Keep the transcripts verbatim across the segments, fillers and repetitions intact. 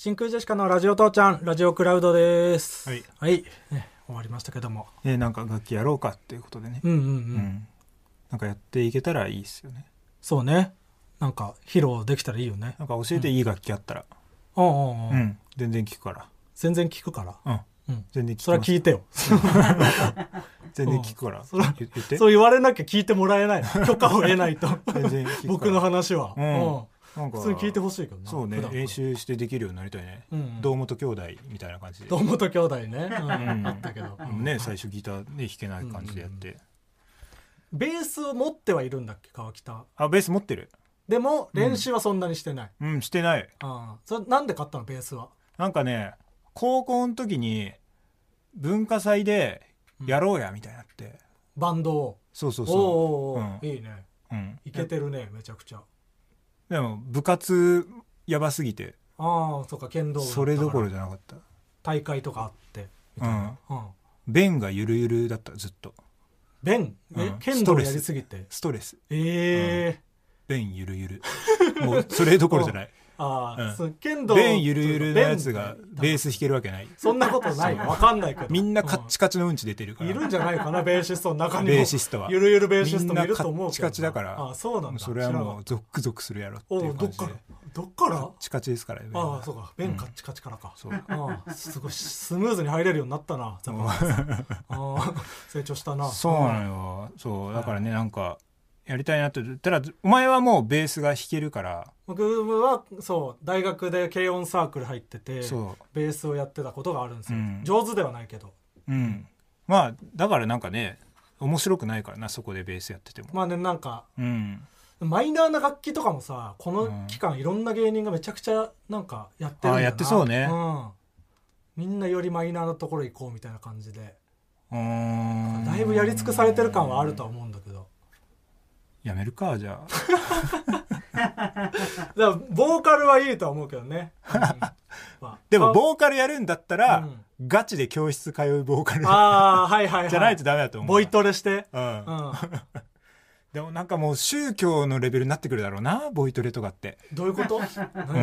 真空ジェシカのラジオ父ちゃん、ラジオクラウドです。 はい、 はい、ね、終わりましたけども、 えー、なんか楽器やろうかっていうことでね、 うんうんうん、うん、 なんかやっていけたらいいですよね。 そうね、なんか披露できたらいいよね。 なんか教えていい楽器あったら、 うん、おうおうおう、うん、 全然聞くから。 全然聞くから、 うん、うん、全然聞く。 それは聞いてよ。 全然聞くから、 うん、言ってそう言われなきゃ聞いてもらえないの。許可を得ないと。 全然聞く僕の話は。 うんうんなんか普通に聞いてほしいけどな。 そうね、練習してできるようになりたいね、うんうん、堂本兄弟みたいな感じで。 堂本兄弟ね、うん、あったけど、 うん、ね、最初ギターで弾けない感じでやって、うんうん、ベースを持ってはいるんだっけ川北。 あ、ベース持ってる。 でも練習はそんなにしてない。 うん、うん、してない。 ああ、それなんで買ったのベースは。 なんかね、高校の時に文化祭でやろうやみたいになって、うん、 バンドを。 そうそうそう、 おー、うん、いいね、うん、いけてるね、めちゃくちゃ。 でも部活やばすぎて、 ああ、そうか、剣道部だったからそれどころじゃなかった。 大会とかあってみたいな、うんうん、 弁がゆるゆるだった、ずっと。 弁、え、うん、剣道やりすぎてストレス。 ええー、 弁ゆるゆるもうそれどころじゃないああ、うん、剣道弁ゆるゆるのやつがベース弾けるわけない。 そんなことないよ、分かんないけど。 みんなカッチカチのうんち出てるから、 いるんじゃないかな、ベーシストの中にも。 ベーシストはゆるゆるベーシストもいると思うけど。 みんなカッチカチだから。 ああ、そうなんだ。 それはもうゾックゾクするやろっていう感じで。 おどっからどっからカッチカチですからね。 ああ、そうか、弁カッチカチからか、うん、 そうああ、すごいスムーズに入れるようになったな、ザバあ成長したな。 そうなのよ。そうだからね、なんかやりたいなって。ただお前はもうベースが弾けるから。 僕はそう大学で軽音サークル入ってて、そうベースをやってたことがあるんですよ、うん、上手ではないけど、 うん、まあだからなんかね、面白くないからな、そこでベースやってても。 まあね、なんか、 うん、 マイナーな楽器とかもさ、この期間、うん、いろんな芸人がめちゃくちゃなんかやってるんだよな。あ、 やってそうね、 うん、みんなよりマイナーなところ行こうみたいな感じで、 うーん、 だいぶやり尽くされてる感はあるとは思うんだけど。 やめるか、じゃあだからボーカルはいいとは思うけどね、うん、まあ、 でもボーカルやるんだったら、うん、ガチで教室通うボーカルあ、はいはいはい、 じゃないとダメだと思う。 ボイトレして、 うんうん、でもなんかもう宗教のレベルになってくるだろうな、ボイトレとかって。 どういうこと？ うん、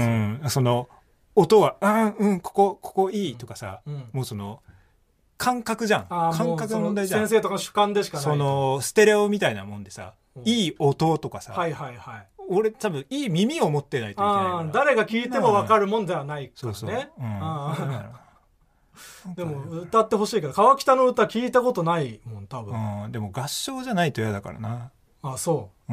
その音はうんうんここここいいとかさ、うん、もうその感覚じゃん。感覚の問題じゃん。 先生とか主観でしかない。 そのステレオみたいなもんでさ、うん、いい音とかさ、 はいはいはい、 俺多分いい耳を持ってないといけないから。 あ、誰が聞いても分かるもんではないからね。そうそう、うん、 あでも歌ってほしいけど、川北の歌聞いたことないもん多分、 うん、でも合唱じゃないと嫌だからな。 あ、そう、 うん、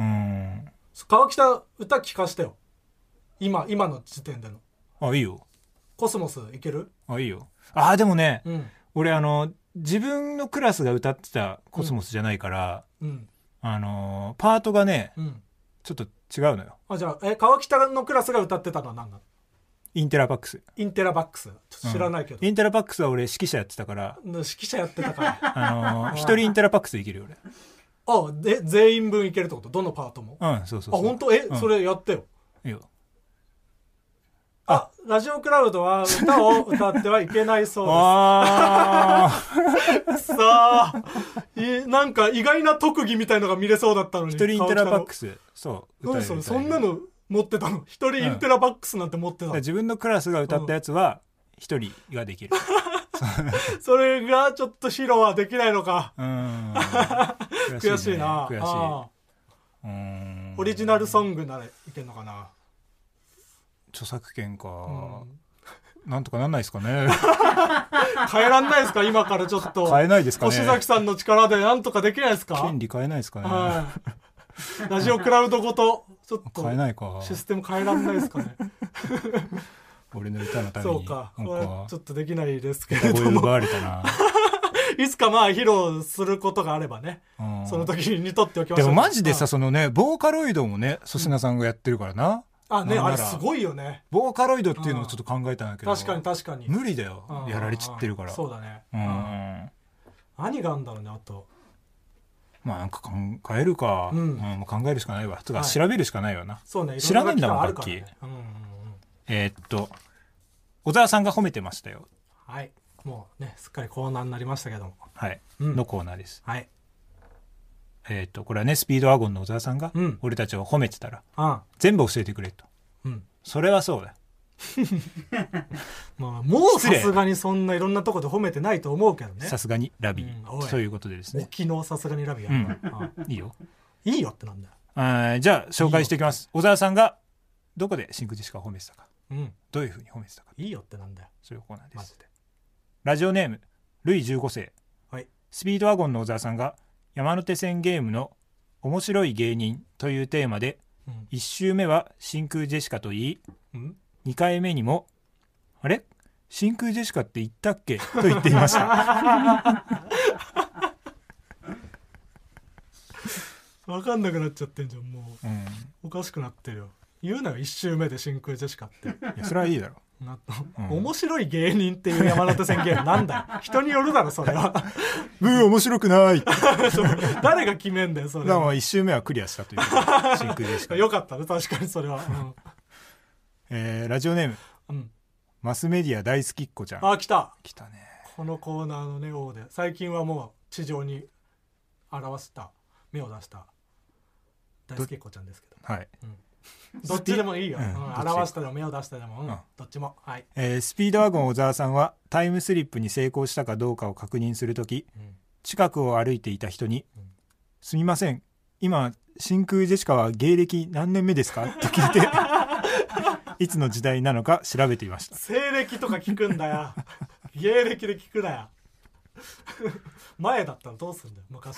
川北歌聞かしてよ、今今の時点での。 あ、いいよ。 コスモスいける？ あ、いいよ。あ、でもね、 うん、 俺あの自分のクラスが歌ってたコスモスじゃないから、 うんうん、 あのパートがね、うん、ちょっと違うのよ。 あ、じゃあえ川北のクラスが歌ってたのは何なの？ インテラバックス。 インテラバックスちょっと知らないけど、 うん、インテラバックスは俺指揮者やってたから。 指揮者やってたからあの一人インテラバックスできるよ俺。あ、で全員分いけるってこと？どのパートも？ うん、そうそうそう。 あ、本当？え、うん、それやってよ。 いいよ。 あ、ラジオクラウドは歌を歌ってはいけないそうです。 あさあ、なんか意外な特技みたいのが見れそうだったのに。 一人インテラバックス。そう。 何それ、そんなの持ってたの？一人インテラバックスなんて持ってたの？ うん、自分のクラスが歌ったやつは一人ができる。 それがちょっと披露はできないのか。 うん。 悔しいな。 悔しい。 あ、うん、オリジナルソングならいけんのかな。 著作権か、うん、なんとかなんないですかね。 変えらんないですか、今からちょっと。 変えないですかね。 星崎さんの力でなんとかできないですか。 権利変えないですかね。 はい、ラジオクラウドごとちょっと変えないか。 システム変えらんないですかね。 俺の歌のために。 そうか、これちょっとできないですけれども。 奪われたな。 いつかまあ披露することがあればね、うん、その時に撮っておきましょう。 でもマジでさ、そのね、ボーカロイドもね、粗品さんがやってるからな。 あね、あれすごいよね。 ボーカロイドっていうのをちょっと考えたんだけど、 確かに確かに無理だよ、やられちってるから。 そうだね、 うん、 何があるんだろうね。あとまあなんか考えるか、うんうん、考えるしかないわ。とか調べるしかないわな、はい、 そうね、 知らないんだもん楽器、ね、うんうんうん、えー、っと小沢さんが褒めてましたよ。 はい、もうねすっかりコーナーになりましたけども、 はい、うん、のコーナーです。 はい、 えー、とこれはねスピードワゴンの小沢さんが俺たちを褒めてたら、うん、全部教えてくれと、うん、それはそうだ。 まあ、もうさすがにそんないろんなとこで褒めてないと思うけどね。 さすがにラビー、うん、ということでですね。 沖のさすがにラビーやる、 うん、いいよいいよってなんだよ。 あ、じゃあ紹介していきます。小沢さんがどこで真空ジェシカを褒めてたか、うん、どういうふうに褒めてたか。 いいよってなんだよ。 そういうコーナーです。ラジオネームルイじゅうご世、はい、スピードワゴンの小沢さんが山手線ゲームの面白い芸人というテーマで、うん、いち周目は真空ジェシカと言い、うん、にかいめにもあれ真空ジェシカって言ったっけと言っていました分かんなくなっちゃってんじゃんもう、うん、おかしくなってるよ。言うなよいち周目で真空ジェシカって。いやそれはいいだろな、うん、面白い芸人っていう山手線ゲームなんだよ。人によるだろそれは。 ブー面白くない誰が決めんだよそれは。 だからいち周目はクリアしたという真空ジェシカよかったね確かにそれは、うんえー、ラジオネーム、うん、マスメディア大好きっ子ちゃん。 あ来た来たね。 このコーナーのね王で最近はもう地上に表した目を出した大好きっ子ちゃんですけど、はい、うん、どっちでもいいよ、うんうん、表したでも目を出したでも、うん、どっちも、はい。 えー、スピードワゴン小沢さんはタイムスリップに成功したかどうかを確認するとき、うん、近くを歩いていた人に、うん、すみません今真空ジェシカは芸歴何年目ですかと聞いていつの時代なのか調べていました。 西暦とか聞くんだよ芸歴で聞くなよ前だったらどうするんだよ昔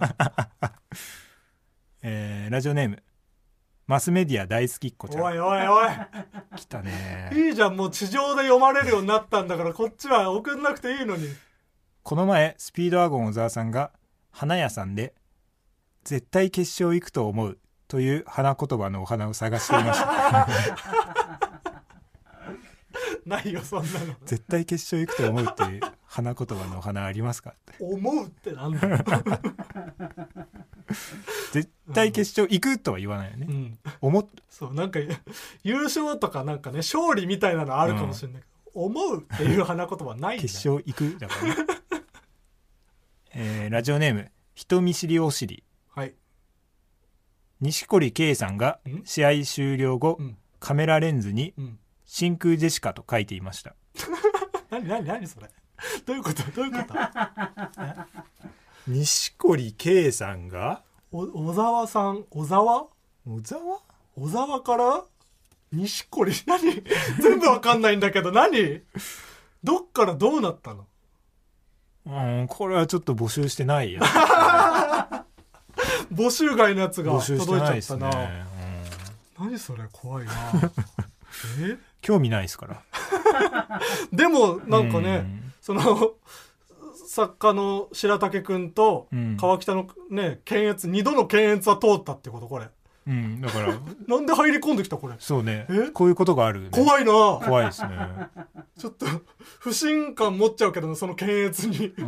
えー、ラジオネームマスメディア大好きっ子ちゃん。 おいおいおい来たね。 いいじゃんもう地上で読まれるようになったんだからこっちは送んなくていいのに。 この前スピードワゴン小沢さんが花屋さんで絶対決勝行くと思うという花言葉のお花を探していましたないよそんなの。 絶対決勝行くと思うっていう花言葉のお花ありますかって。 思うってなんだよ絶対決勝行くとは言わないよね、うん、思っそうなんか優勝とかなんかね勝利みたいなのあるかもしれないけど、うん、思うっていう花言葉ないんだよ。 決勝行くだからねえー、ラジオネーム人見知りおしり、はい、錦織圭さんが試合終了後、うん、カメラレンズに真空ジェシカと書いていました何何何それどういうことどういうこと錦織圭さんがお小沢さん小沢小沢小沢から錦織何全部わかんないんだけど何どっからどうなったの。 うん、これはちょっと募集してないや募集外のやつが届いちゃったな。 募集してないですね、 うん、何それ怖いなえ興味ないですからでもなんかね、その作家の白竹くんと川北のね検閲にどの検閲は通ったってことこれ。 うん、だからなんで入り込んできたこれ。 そうねこういうことがある、ね、 怖いな怖いですねちょっと不信感持っちゃうけどその検閲に、うん、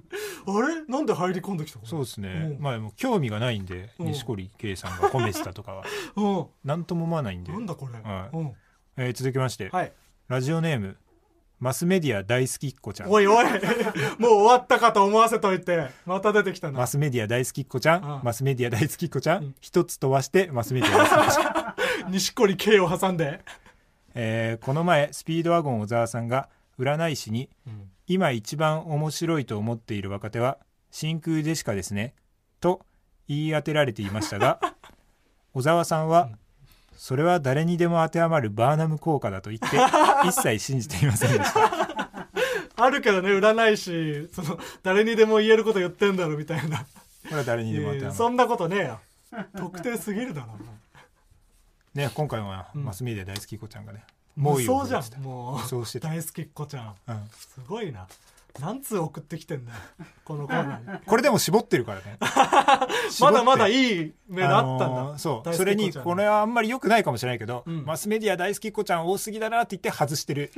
あれなんで入り込んできたこれ。 そうですね、うん、まあもう興味がないんで錦織圭さんが褒めてたとかは、うん、なんとも思わないんで。 なんだこれ、 はいうんえー、続きまして、はい、ラジオネームマスメディア大好きっ子ちゃん。 おいおいもう終わったかと思わせといてまた出てきたな。 マスメディア大好きっ子ちゃん、マスメディア大好きっ子ちゃん、うん、一つ飛ばしてマスメディア大好きっ子ちゃん錦織圭を挟んで、 えー、この前スピードワゴン小沢さんが占い師に、うん、今一番面白いと思っている若手は真空ジェシカですねと言い当てられていましたが小沢さんは、うんそれは誰にでも当てはまるバーナム効果だと言って一切信じていませんでしたあるけどね占い師その誰にでも言えること言ってんだろみたいな。これは誰にでも当てはまる、 そんなことねえよ特定すぎるだろね。今回はマスメディア大好きっ子ちゃんがね、 うん、もうそうじゃんもうそうしてた大好きっ子ちゃん、うん、すごいな。何通送ってきてんだよこのコーナーにこれでも絞ってるからねまだまだいい目があったんだ、あのー、 そうそれにこれはあんまり良くないかもしれないけど、うん、マスメディア大好きっ子ちゃん多すぎだなって言って外してる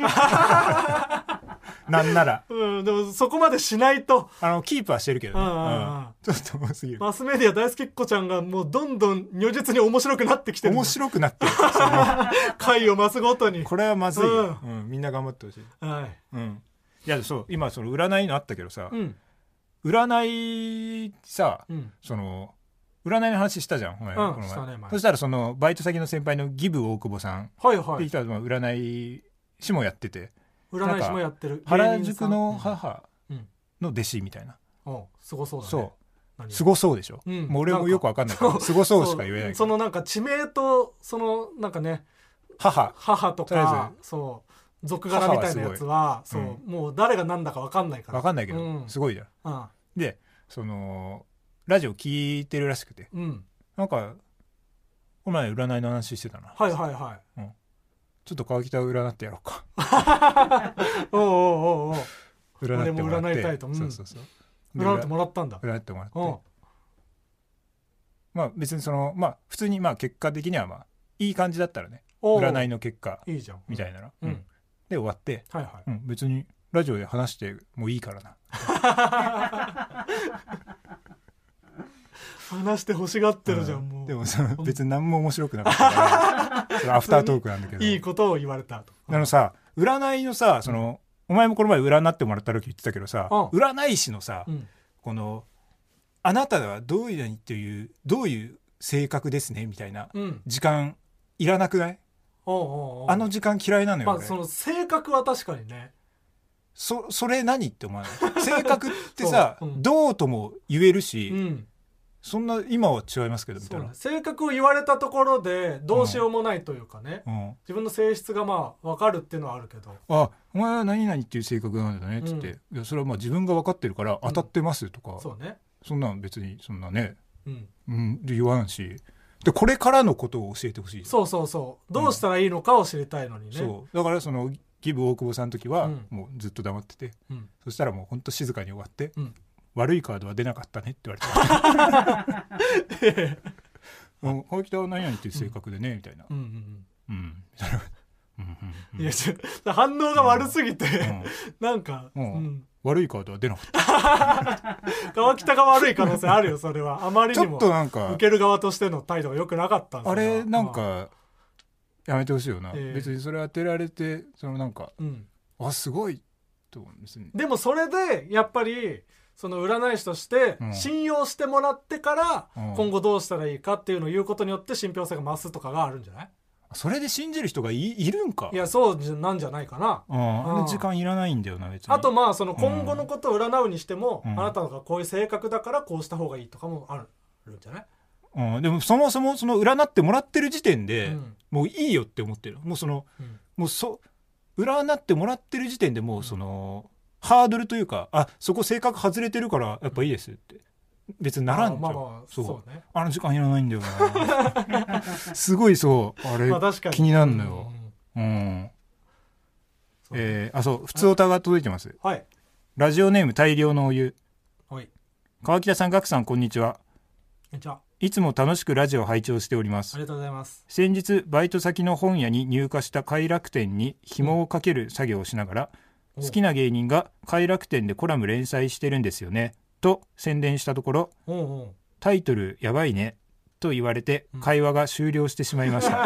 なんなら、 うん、でもそこまでしないとあのキープはしてるけどね、うん、ちょっと多すぎる。 マスメディア大好きっ子ちゃんがもうどんどん如実に面白くなってきてる。 面白くなってる回を増すごとにこれはまずい、うんうん、みんな頑張ってほしい。はい、うんいやそう今その占いのあったけどさ、うん、占いさ、うん、その占いの話したじゃん、お前、 うんこの前したね前そしたらそのバイト先の先輩のギブ大久保さんはいはいって人はまあ占い師もやってて、 占い師もやってる原宿の母うんの弟子みたいな、 うんすごそうだねそう何すごそうでしょ、 うんもう俺もよくわかんないからなんかすごそうしか言えないけど、 そのなんか地名とそのなんかね母母ととりあかそう俗柄みたいなやつはそう、 うんもう誰が何だか分かんないからわかんないけど、 うんすごいじゃん。 うんでそのラジオ聞いてるらしくて、 うんなんかこの前占いの話してたな、 はいはいはいちょっと川北を占ってやろうかおうおうおうおう占ってもらって俺も占いたいとうんそうそうそう占ってもらったんだ占ってもらって、 うんまあ別にそのまあ普通にまあ結果的にはまあいい感じだったらね、 おう占いの結果いいじゃんみたいなの、 うんうんで終わって、 はいはいうん、別にラジオで話してもいいからな話して欲しがってるじゃん、 うんもうでもその別に何も面白くなかったからそれアフタートークなんだけどいいことを言われたとあのさ占いのさその、お前もこの前占ってもらった時言ってたけどさ、 うん占い師のさ、 うんこのあなたはどういうっていうどういう性格ですねみたいなうん時間いらなくない？ おうおうおうあの時間嫌いなのよ、俺まあその性格は確かにねそそれ何って思わない性格ってさ、 そううんどうとも言えるし、 うんそんな今は違いますけどみたいうなそね性格を言われたところでどうしようもないというかね、 うん、 自分の性質がまあ分かるっていうのはあるけどあお前は何々っていう性格なんだねっつって、いやそれはまあ自分が分かってるから当たってますとか、 そうねそんなん別にそんなね、 うんうん、で言わんしでこれからのことを教えてほしい。 そうそうそうどうしたらいいのかを知りたいのにね、 そうだからそのギブ大久保さんの時はうんもうずっと黙ってて、 うんそしたらもうほんと静かに終わって、 うん悪いカードは出なかったねって言われてもう川北は何々っていう性格でね、みたいなうんうんうんみたいなうんうんうんいやちょ反応が悪すぎて、 うんなんか、 ううんん、 悪いカードは出なかった川北が悪い可能性あるよそれはあまりちょっにもとなんか受ける側としての態度が良くなかったんですよあれなんかやめてほしいよな、 ええ別にそれ当てられてそのなんかうんあすごいと別にでもそれでやっぱりその占い師としてうん信用してもらってからうん今後どうしたらいいかっていうのを言うことによって信憑性が増すとかがあるんじゃない？ それで信じる人が い, いるんかいやそうじゃなんじゃないかな。 うんあの時間いらないんだよな別に。 あとまあその今後のことを占うにしても、 うんあなたがこういう性格だからこうした方がいいとかもあるんじゃない？ うん、でもそもそもその占ってもらってる時点で、 うんもういいよって思ってる。もうそのうんもうそ占ってもらってる時点でもうその、ハードルというかあそこ性格外れてるからやっぱいいですって別にならんじゃん。 まあまあそうそうね。 あの時間いらないんだよなすごいそうあれ、 まあ確かに気になるのよ。 うんうんうんそうえーあそう普通オタが届いてます。 はいラジオネーム大量のお湯。 はい川北さん、ガクさん、こんにちは。 こんにちは。 いつも楽しくラジオを拝聴しております。 ありがとうございます。 先日バイト先の本屋に入荷した快楽天に紐をかける作業をしながら、 うん好きな芸人が快楽天でコラム連載してるんですよねと宣伝したところ、 おうおうタイトルやばいねと言われて会話が終了してしまいました、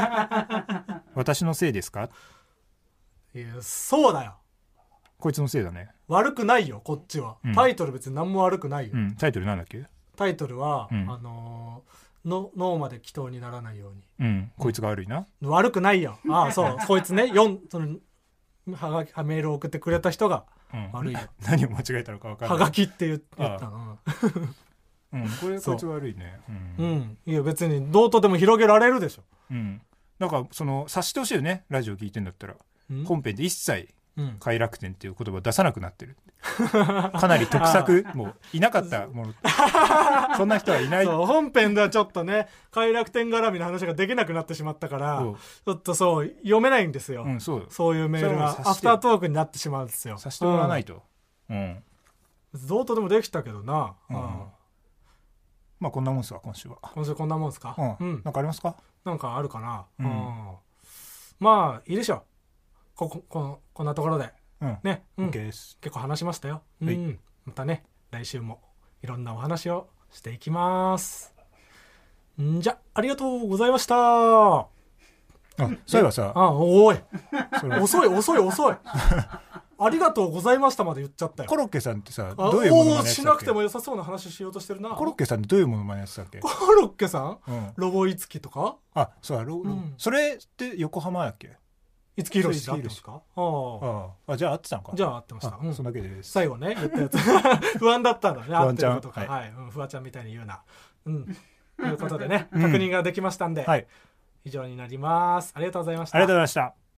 私のせいですか？ いやそうだよ。 こいつのせいだね。 悪くないよこっちは、 うんタイトル別に何も悪くないよ、 うんタイトルなんだっけ？ タイトルは、 うんあのーの脳まで祈祷にならないように。 うんこいつが悪いな。 悪くないよ。ああそうこいつねよんそのはがきメールを送ってくれた人がうん悪いよ。 何を間違えたのか分かんな。 はいがきって言言ったの。 うんこれそうこいつ悪いね。 う、 うんんいや別にどうとでも広げられるでしょ。 うんだからその察してほしいよね。ラジオ聞いてんだったらうん本編で一切うん快楽天っていう言葉を出さなくなってるかなり得策もういなかったものそんな人はいない。 そう本編ではちょっとね快楽天絡みの話ができなくなってしまったからそうちょっとそう読めないんですよ、 うんそうそういうメールがそれはもう察してアフタートークになってしまうんですよ。 させてもらわないと。うん、 うんどうとでもできたけどな、 うんうんまあこんなもんすわ今週は。 今週こんなもんすか、 うん、 うんなんかありますか？ なんかあるかな、 うんうんまあいいでしょこここのこんなところでうんね、うん OK です。 結構話しましたよ、 はいうん、またね来週もいろんなお話をしていきますんじゃありがとうございました。ああそういえばさおいそれ遅い遅い遅いありがとうございましたまで言っちゃったよ。 コロッケさんってさどういうものまねやってたっけ。 しなくても良さそうな話しようとしてるな。 コロッケさんってどういうものまねやってたっけ。 コロッケさん、 うん、 ロボイツキとか。 あ、そうロ、うん、それって横浜やっけ。 五木ひろしで合ってますか。 ああ、じゃあ合ってたんか。 じゃあ合ってました。 うん、そんだけです。 最後ね言ったやつ不安だったんだね。合ってることか。はい、はい、うん、フワちゃんみたいに言うな。うん。ということでね、確認ができましたんで、うん、はい、以上になります。ありがとうございました。 ありがとうございました。